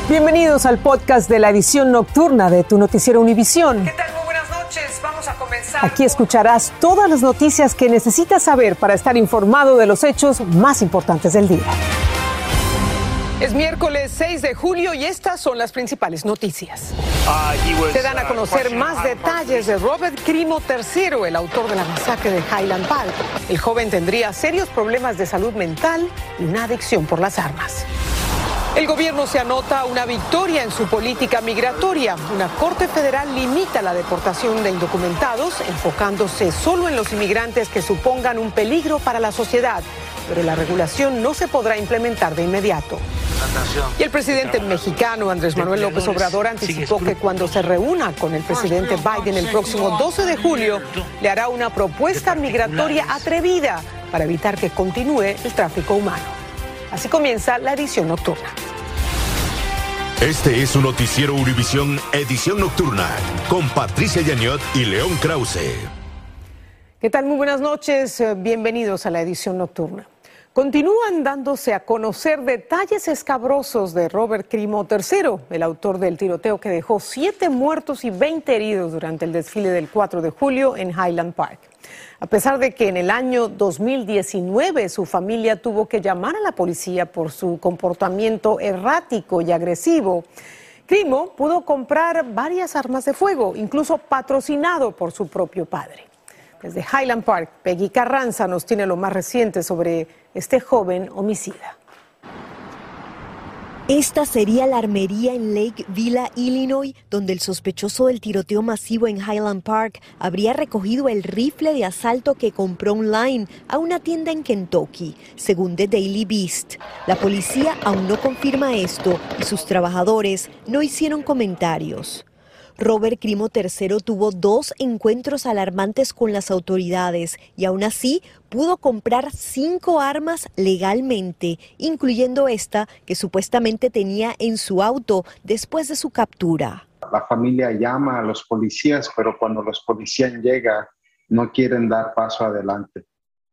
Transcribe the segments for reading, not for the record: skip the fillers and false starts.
Bienvenidos al podcast de la edición nocturna de tu noticiero Univisión. ¿Qué tal? Muy buenas noches. Vamos a comenzar. Aquí escucharás todas las noticias que necesitas saber para estar informado de los hechos más importantes del día. Es miércoles 6 de julio y estas son las principales noticias. Se dan a conocer más detalles de Robert Crimo III, el autor de la masacre de Highland Park. El joven tendría serios problemas de salud mental y una adicción por las armas. El gobierno se anota una victoria en su política migratoria. Una corte federal limita la deportación de indocumentados, enfocándose solo en los inmigrantes que supongan un peligro para la sociedad. Pero la regulación no se podrá implementar de inmediato. Y el presidente mexicano Andrés Manuel López Obrador anticipó que cuando se reúna con el presidente Biden el próximo 12 de julio, le hará una propuesta migratoria atrevida para evitar que continúe el tráfico humano. Así comienza la edición nocturna. Este es su noticiero Univisión Edición Nocturna con Patricia Yaniot y León Krause. ¿Qué tal? Muy buenas noches. Bienvenidos a la edición nocturna. Continúan dándose a conocer detalles escabrosos de Robert Crimo III, el autor del tiroteo que dejó 7 muertos y 20 heridos durante el desfile del 4 de julio en Highland Park. A pesar de que en el año 2019 su familia tuvo que llamar a la policía por su comportamiento errático y agresivo, Crimo pudo comprar varias armas de fuego, incluso patrocinado por su propio padre. Desde Highland Park, Peggy Carranza nos tiene lo más reciente sobre este joven homicida. Esta sería la armería en Lake Villa, Illinois, donde el sospechoso del tiroteo masivo en Highland Park habría recogido el rifle de asalto que compró online a una tienda en Kentucky, según The Daily Beast. La policía aún no confirma esto y sus trabajadores no hicieron comentarios. Robert Crimo III tuvo 2 encuentros alarmantes con las autoridades y aún así pudo comprar 5 armas legalmente, incluyendo esta que supuestamente tenía en su auto después de su captura. La familia llama a los policías, pero cuando los policías llegan no quieren dar paso adelante.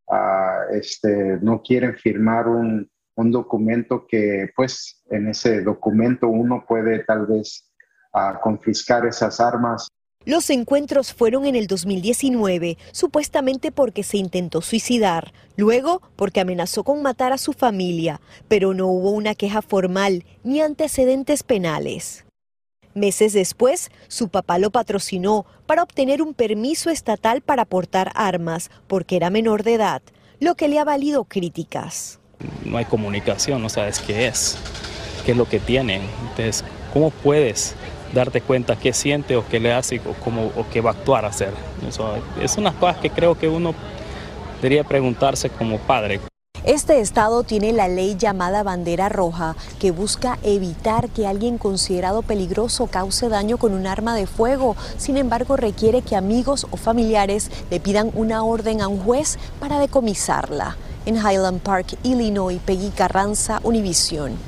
No quieren firmar un documento que, pues, en ese documento uno puede tal vez a confiscar esas armas. Los encuentros fueron en el 2019, supuestamente porque se intentó suicidar, luego porque amenazó con matar a su familia, pero no hubo una queja formal ni antecedentes penales. Meses después, su papá lo patrocinó para obtener un permiso estatal para portar armas, porque era menor de edad, lo que le ha valido críticas. No hay comunicación, no sabes qué es lo que tiene, entonces, ¿cómo puedes darte cuenta qué siente o qué le hace o qué va a actuar a hacer? Eso es unas cosas que creo que uno debería preguntarse como padre. Este estado tiene la ley llamada Bandera Roja, que busca evitar que alguien considerado peligroso cause daño con un arma de fuego. Sin embargo, requiere que amigos o familiares le pidan una orden a un juez para decomisarla. En Highland Park, Illinois, Peggy Carranza, Univisión.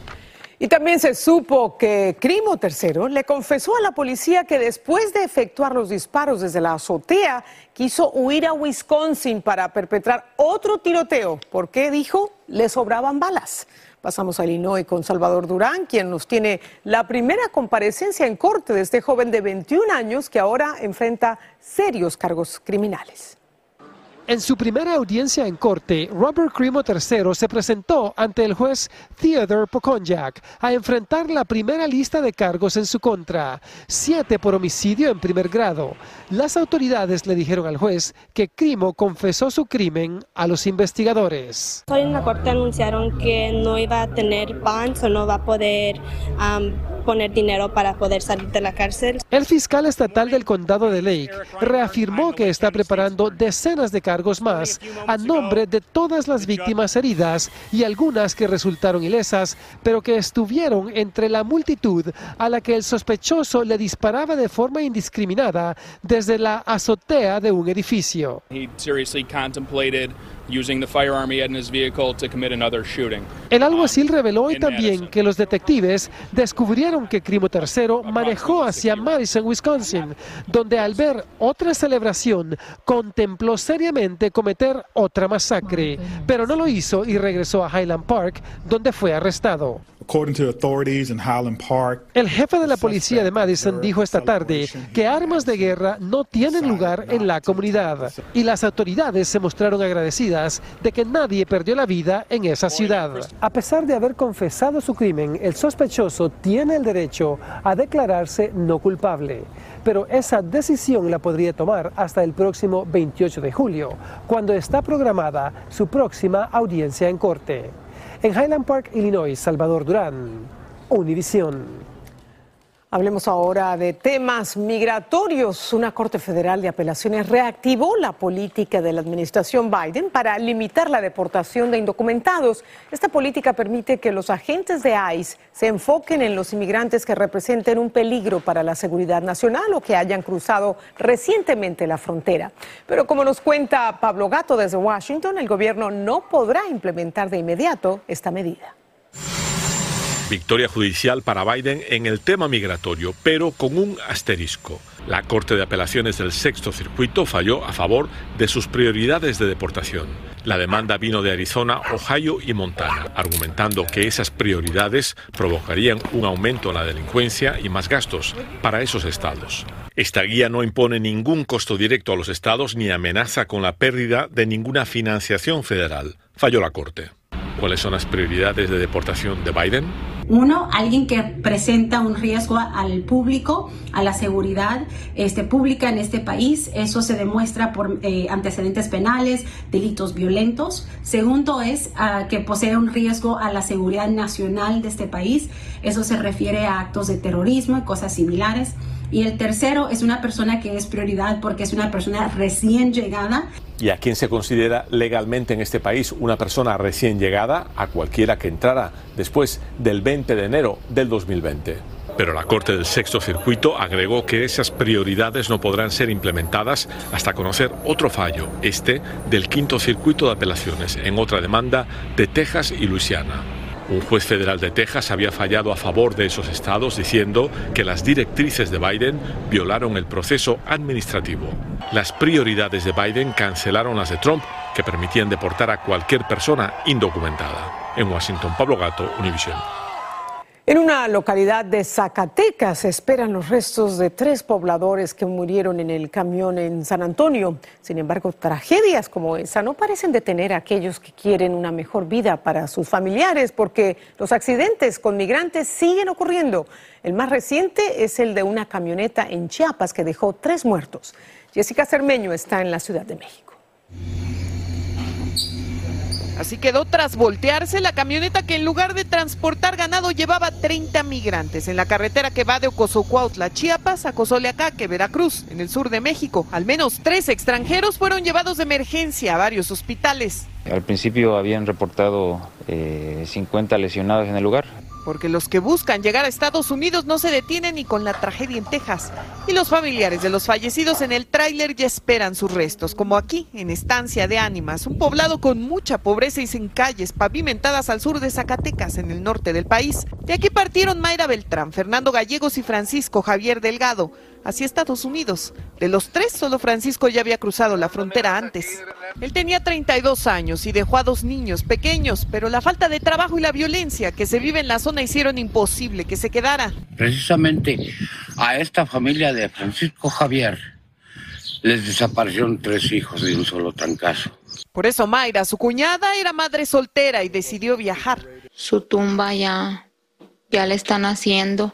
Y también se supo que Crimo III le confesó a la policía que después de efectuar los disparos desde la azotea, quiso huir a Wisconsin para perpetrar otro tiroteo, porque dijo le sobraban balas. Pasamos a Illinois con Salvador Durán, quien nos tiene la primera comparecencia en corte de este joven de 21 años que ahora enfrenta serios cargos criminales. En su primera audiencia en corte, Robert Crimo III se presentó ante el juez Theodore Pokonjak a enfrentar la primera lista de cargos en su contra, 7 por homicidio en primer grado. Las autoridades le dijeron al juez que Crimo confesó su crimen a los investigadores. Hoy en la corte anunciaron que no iba a tener bonds o no va a poder poner dinero para poder salir de la cárcel. El fiscal estatal del condado de Lake reafirmó que está preparando decenas de cargos más a nombre de todas las víctimas heridas y algunas que resultaron ilesas, pero que estuvieron entre la multitud a la que el sospechoso le disparaba de forma indiscriminada desde la azotea de un edificio. El alguacil reveló hoy también que los detectives descubrieron que Crimo III manejó hacia Madison, Wisconsin, donde al ver otra celebración contempló seriamente cometer otra masacre, pero no lo hizo y regresó a Highland Park, donde fue arrestado. El jefe de la policía de Madison dijo esta tarde que armas de guerra no tienen lugar en la comunidad y las autoridades se mostraron agradecidas de que nadie perdió la vida en esa ciudad. A pesar de haber confesado su crimen, el sospechoso tiene el derecho a declararse no culpable, pero esa decisión la podría tomar hasta el próximo 28 de julio, cuando está programada su próxima audiencia en corte. En Highland Park, Illinois, Salvador Durán, Univisión. Hablemos ahora de temas migratorios. Una Corte Federal de Apelaciones reactivó la política de la administración Biden para limitar la deportación de indocumentados. Esta política permite que los agentes de ICE se enfoquen en los inmigrantes que representen un peligro para la seguridad nacional o que hayan cruzado recientemente la frontera. Pero como nos cuenta Pablo Gatto desde Washington, el gobierno no podrá implementar de inmediato esta medida. Victoria judicial para Biden en el tema migratorio, pero con un asterisco. La Corte de Apelaciones del Sexto Circuito falló a favor de sus prioridades de deportación. La demanda vino de Arizona, Ohio y Montana, argumentando que esas prioridades provocarían un aumento en la delincuencia y más gastos para esos estados. Esta guía no impone ningún costo directo a los estados ni amenaza con la pérdida de ninguna financiación federal. Falló la Corte. ¿Cuáles son las prioridades de deportación de Biden? Uno, alguien que presenta un riesgo al público, a la seguridad pública en este país. Eso se demuestra por antecedentes penales, delitos violentos. Segundo es que posee un riesgo a la seguridad nacional de este país. Eso se refiere a actos de terrorismo y cosas similares. Y el tercero es una persona que es prioridad porque es una persona recién llegada. ¿Y a quién se considera legalmente en este país una persona recién llegada? A cualquiera que entrara después del 20 de enero del 2020. Pero la Corte del Sexto Circuito agregó que esas prioridades no podrán ser implementadas hasta conocer otro fallo, del Quinto Circuito de Apelaciones, en otra demanda de Texas y Luisiana. Un juez federal de Texas había fallado a favor de esos estados diciendo que las directrices de Biden violaron el proceso administrativo. Las prioridades de Biden cancelaron las de Trump, que permitían deportar a cualquier persona indocumentada. En Washington, Pablo Gatto, Univisión. En una localidad de Zacatecas se esperan los restos de 3 pobladores que murieron en el camión en San Antonio. Sin embargo, tragedias como esa no parecen detener a aquellos que quieren una mejor vida para sus familiares, porque los accidentes con migrantes siguen ocurriendo. El más reciente es el de una camioneta en Chiapas que dejó 3 muertos. Jessica Cermeño está en la Ciudad de México. Así quedó tras voltearse la camioneta que en lugar de transportar ganado llevaba 30 migrantes en la carretera que va de Ocosocuautla, Chiapas, a Cozoleacaque, Veracruz, en el sur de México. Al menos 3 extranjeros fueron llevados de emergencia a varios hospitales. Al principio habían reportado 50 lesionados en el lugar. Porque los que buscan llegar a Estados Unidos no se detienen ni con la tragedia en Texas. Y los familiares de los fallecidos en el tráiler ya esperan sus restos, como aquí, en Estancia de Ánimas, un poblado con mucha pobreza y sin calles, pavimentadas al sur de Zacatecas, en el norte del país. De aquí partieron Mayra Beltrán, Fernando Gallegos y Francisco Javier Delgado, hacia Estados Unidos. De los 3, solo Francisco ya había cruzado la frontera antes. Él tenía 32 años y dejó a 2 niños pequeños, pero la falta de trabajo y la violencia que se vive en la zona hicieron imposible que se quedara. Precisamente a esta familia de Francisco Javier les desaparecieron 3 hijos de un solo trancazo. Por eso Mayra, su cuñada, era madre soltera y decidió viajar. Su tumba ya la están haciendo.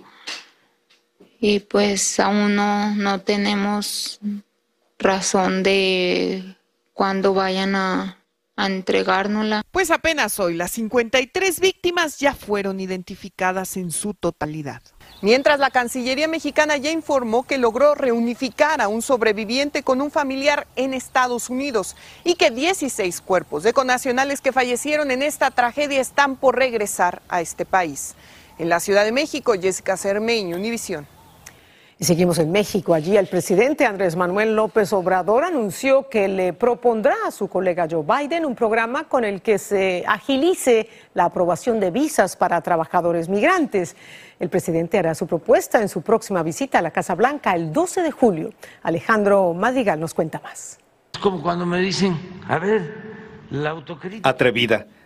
Y pues aún no tenemos razón de cuándo vayan a entregárnosla. Pues apenas hoy las 53 víctimas ya fueron identificadas en su totalidad. Mientras la Cancillería mexicana ya informó que logró reunificar a un sobreviviente con un familiar en Estados Unidos y que 16 cuerpos de connacionales que fallecieron en esta tragedia están por regresar a este país. En la Ciudad de México, Jessica Cermeño, Univisión. Y seguimos en México. Allí el presidente Andrés Manuel López Obrador anunció que le propondrá a su colega Joe Biden un programa con el que se agilice la aprobación de visas para trabajadores migrantes. El presidente hará su propuesta en su próxima visita a la Casa Blanca el 12 de julio. Alejandro Madrigal nos cuenta más. Es como cuando me dicen, a ver, la autocrítica. Atrevida,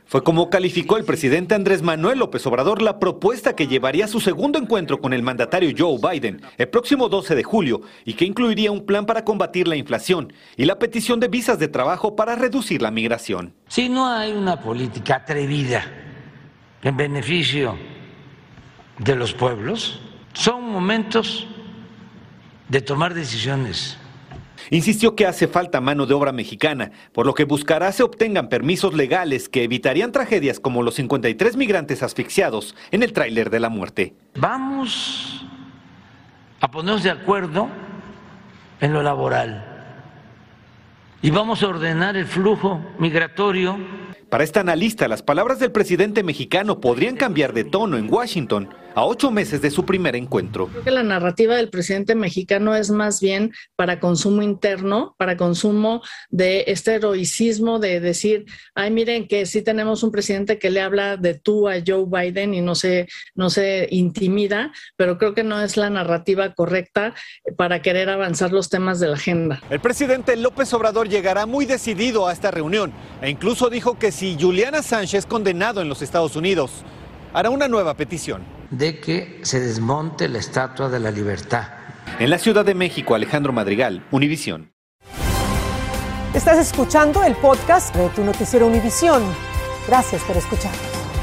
Fue como calificó el presidente Andrés Manuel López Obrador la propuesta que llevaría a su segundo encuentro con el mandatario Joe Biden el próximo 12 de julio y que incluiría un plan para combatir la inflación y la petición de visas de trabajo para reducir la migración. Si no hay una política atrevida en beneficio de los pueblos, son momentos de tomar decisiones. Insistió que hace falta mano de obra mexicana, por lo que buscará se obtengan permisos legales que evitarían tragedias como los 53 migrantes asfixiados en el tráiler de la muerte. Vamos a ponernos de acuerdo en lo laboral y vamos a ordenar el flujo migratorio. Para esta analista, las palabras del presidente mexicano podrían cambiar de tono en Washington a 8 meses de su primer encuentro. Creo que la narrativa del presidente mexicano es más bien para consumo interno, para consumo de este heroicismo de decir, ay, miren que sí tenemos un presidente que le habla de tú a Joe Biden y no se intimida, pero creo que no es la narrativa correcta para querer avanzar los temas de la agenda. El presidente López Obrador llegará muy decidido a esta reunión e incluso dijo que si Julian Assange es condenado en los Estados Unidos, hará una nueva petición. De que se desmonte la Estatua de la Libertad. En la Ciudad de México, Alejandro Madrigal, Univisión. Estás escuchando el podcast de tu noticiero Univisión. Gracias por escucharnos.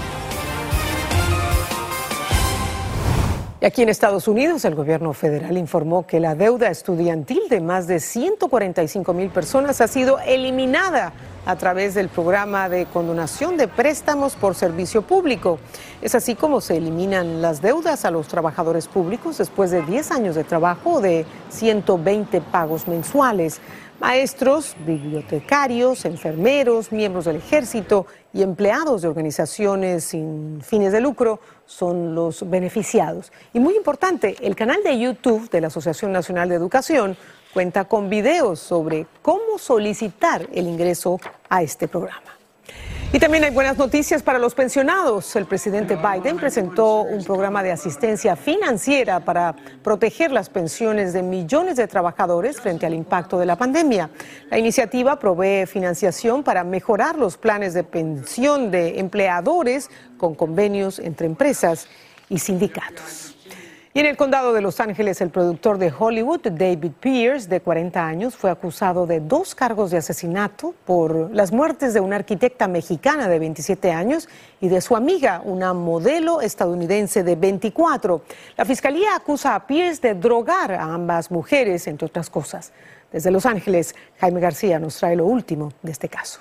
Y aquí en Estados Unidos, el gobierno federal informó que la deuda estudiantil de más de 145,000 personas ha sido eliminada a través del programa de condonación de préstamos por servicio público. Es así como se eliminan las deudas a los trabajadores públicos después de 10 años de trabajo de 120 pagos mensuales. Maestros, bibliotecarios, enfermeros, miembros del ejército y empleados de organizaciones sin fines de lucro son los beneficiados. Y muy importante, el canal de YouTube de la Asociación Nacional de Educación cuenta con videos sobre cómo solicitar el ingreso a este programa. Y también hay buenas noticias para los pensionados. El presidente Biden presentó un programa de asistencia financiera para proteger las pensiones de millones de trabajadores frente al impacto de la pandemia. La iniciativa provee financiación para mejorar los planes de pensión de empleadores con convenios entre empresas y sindicatos. Y en el condado de Los Ángeles, el productor de Hollywood, David Pierce, de 40 años, fue acusado de 2 cargos de asesinato por las muertes de una arquitecta mexicana de 27 años y de su amiga, una modelo estadounidense de 24. La fiscalía acusa a Pierce de drogar a ambas mujeres, entre otras cosas. Desde Los Ángeles, Jaime García nos trae lo último de este caso.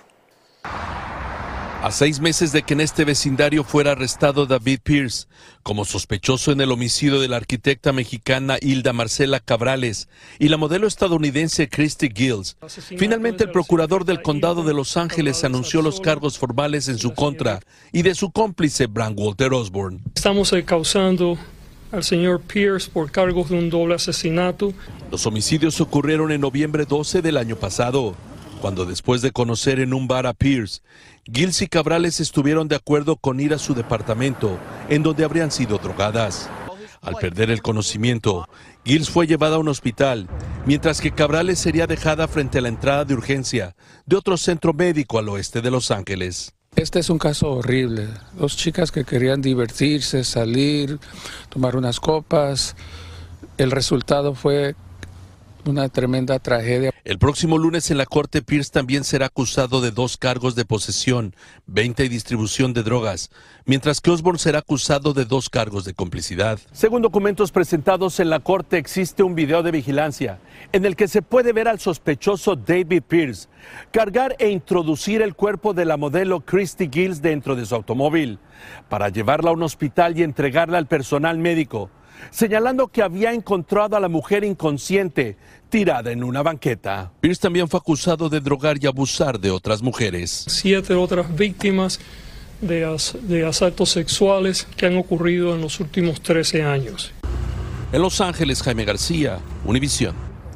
A 6 meses de que en este vecindario fuera arrestado David Pierce como sospechoso en el homicidio de la arquitecta mexicana Hilda Marcela Cabrales y la modelo estadounidense Christy Gills, finalmente el procurador del condado de Los Ángeles anunció los cargos formales en su contra y de su cómplice Brandt Walter Osborne. Estamos causando al señor Pierce por cargos de un doble asesinato. Los homicidios ocurrieron en noviembre 12 del año pasado, cuando después de conocer en un bar a Pierce, Gills y Cabrales estuvieron de acuerdo con ir a su departamento, en donde habrían sido drogadas. Al perder el conocimiento, Gills fue llevada a un hospital, mientras que Cabrales sería dejada frente a la entrada de urgencia de otro centro médico al oeste de Los Ángeles. Este es un caso horrible. 2 chicas que querían divertirse, salir, tomar unas copas. El resultado fue una tremenda tragedia. El próximo lunes en la corte, Pierce también será acusado de 2 cargos de posesión, venta y distribución de drogas, mientras que Osborne será acusado de 2 cargos de complicidad. Según documentos presentados en la corte, existe un video de vigilancia en el que se puede ver al sospechoso David Pierce cargar e introducir el cuerpo de la modelo Christy Gills dentro de su automóvil para llevarla a un hospital y entregarla al personal médico, señalando que había encontrado a la mujer inconsciente tirada en una banqueta. Pierce también fue acusado de drogar y abusar de otras mujeres. 7 otras víctimas de asaltos sexuales que han ocurrido en los últimos 13 años. En Los Ángeles, Jaime García, Univisión.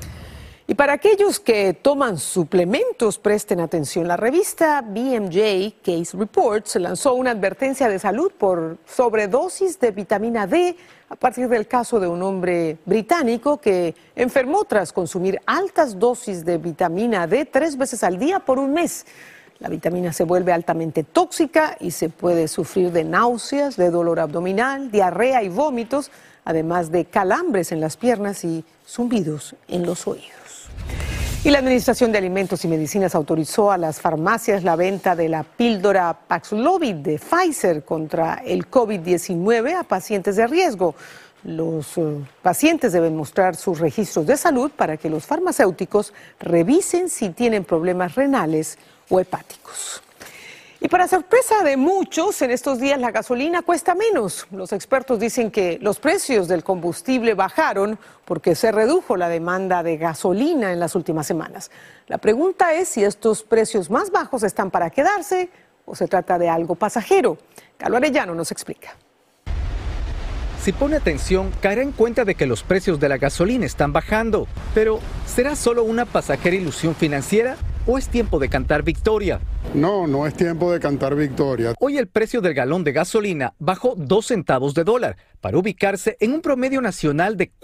Y para aquellos que toman suplementos, presten atención. La revista BMJ Case Reports lanzó una advertencia de salud por sobredosis de vitamina D a partir del caso de un hombre británico que enfermó tras consumir altas dosis de vitamina D 3 veces al día por un mes. La vitamina se vuelve altamente tóxica y se puede sufrir de náuseas, de dolor abdominal, diarrea y vómitos, además de calambres en las piernas y zumbidos en los oídos. Y la Administración de Alimentos y Medicinas autorizó a las farmacias la venta de la píldora Paxlovid de Pfizer contra el COVID-19 a pacientes de riesgo. Los pacientes deben mostrar sus registros de salud para que los farmacéuticos revisen si tienen problemas renales o hepáticos. Y para sorpresa de muchos, en estos días la gasolina cuesta menos. Los expertos dicen que los precios del combustible bajaron porque se redujo la demanda de gasolina en las últimas semanas. La pregunta es si estos precios más bajos están para quedarse o se trata de algo pasajero. Carlos Arellano nos explica. Si pone atención, caerá en cuenta de que los precios de la gasolina están bajando. Pero, ¿será solo una pasajera ilusión financiera o es tiempo de cantar victoria? No, no es tiempo de cantar victoria. Hoy el precio del galón de gasolina bajó 2 centavos de dólar para ubicarse en un promedio nacional de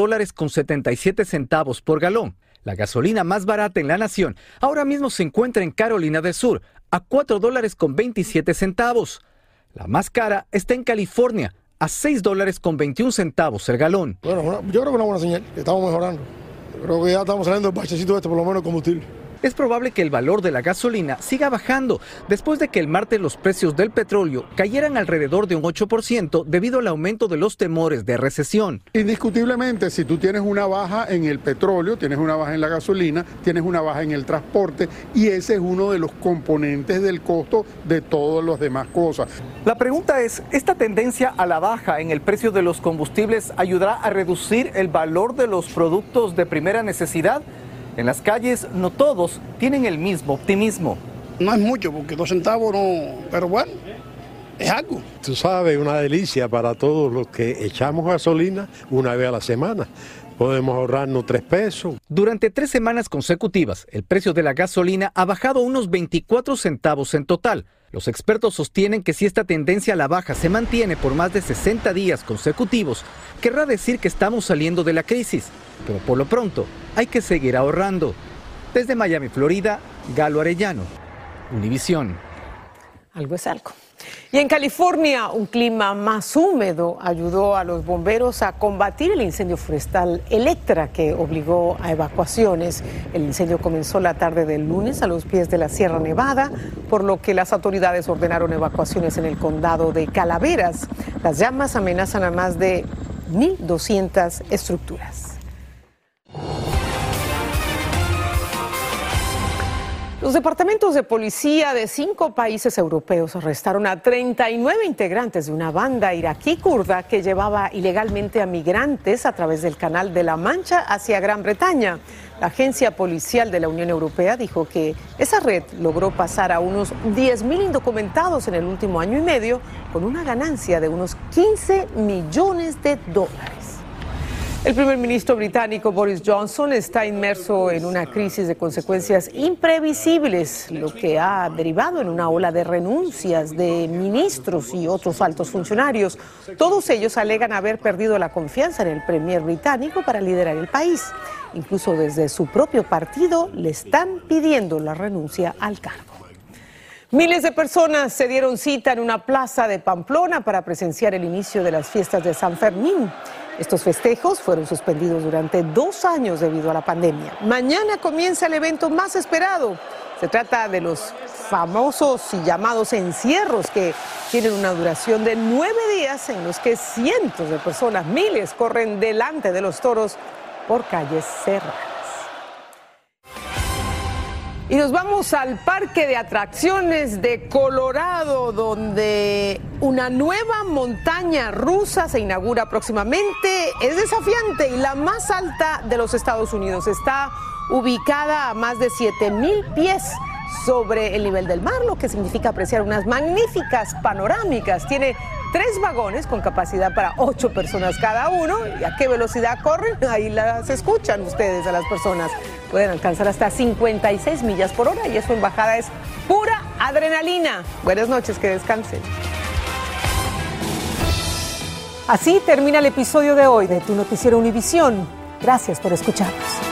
$4.77 por galón. La gasolina más barata en la nación ahora mismo se encuentra en Carolina del Sur a $4.27. La más cara está en California a $6.21 el galón. Bueno, yo creo que es una buena señal, que estamos mejorando. Yo creo que ya estamos saliendo del bachecito por lo menos combustible. Es probable que el valor de la gasolina siga bajando después de que el martes los precios del petróleo cayeran alrededor de un 8% debido al aumento de los temores de recesión. Indiscutiblemente, si tú tienes una baja en el petróleo, tienes una baja en la gasolina, tienes una baja en el transporte y ese es uno de los componentes del costo de todas las demás cosas. La pregunta es, ¿esta tendencia a la baja en el precio de los combustibles ayudará a reducir el valor de los productos de primera necesidad? En las calles no todos tienen el mismo optimismo. No es mucho porque 2 centavos no, pero bueno, es algo. Tú sabes, una delicia para todos los que echamos gasolina una vez a la semana. Podemos ahorrarnos 3 pesos. Durante 3 semanas consecutivas, el precio de la gasolina ha bajado unos 24 centavos en total. Los expertos sostienen que si esta tendencia a la baja se mantiene por más de 60 días consecutivos, querrá decir que estamos saliendo de la crisis. Pero por lo pronto, hay que seguir ahorrando. Desde Miami, Florida, Galo Arellano, Univisión. Algo es algo. Y en California, un clima más húmedo ayudó a los bomberos a combatir el incendio forestal Electra, que obligó a evacuaciones. El incendio comenzó la tarde del lunes a los pies de la Sierra Nevada, por lo que las autoridades ordenaron evacuaciones en el condado de Calaveras. Las llamas amenazan a más de 1.200 estructuras. Los departamentos de policía de 5 países europeos arrestaron a 39 integrantes de una banda iraquí kurda que llevaba ilegalmente a migrantes a través del Canal de la Mancha hacia Gran Bretaña. La agencia policial de la Unión Europea dijo que esa red logró pasar a unos 10.000 indocumentados en el último año y medio con una ganancia de unos 15 millones de dólares. El primer ministro británico Boris Johnson está inmerso en una crisis de consecuencias imprevisibles, lo que ha derivado en una ola de renuncias de ministros y otros altos funcionarios. Todos ellos alegan haber perdido la confianza en el premier británico para liderar el país. Incluso desde su propio partido le están pidiendo la renuncia al cargo. Miles de personas se dieron cita en una plaza de Pamplona para presenciar el inicio de las fiestas de San Fermín. Estos festejos fueron suspendidos durante 2 años debido a la pandemia. Mañana comienza el evento más esperado. Se trata de los famosos y llamados encierros que tienen una duración de 9 días en los que cientos de personas, miles, corren delante de los toros por calles cerradas. Y nos vamos al parque de atracciones de Colorado, donde una nueva montaña rusa se inaugura próximamente. Es desafiante y la más alta de los Estados Unidos. Está ubicada a más de 7,000 pies sobre el nivel del mar, lo que significa apreciar unas magníficas panorámicas. Tiene 3 vagones con capacidad para 8 personas cada uno. ¿Y a qué velocidad corren? Ahí las escuchan ustedes a las personas. Pueden alcanzar hasta 56 millas por hora y eso en bajada es pura adrenalina. Buenas noches, que descansen. Así termina el episodio de hoy de Tu Noticiero Univisión. Gracias por escucharnos.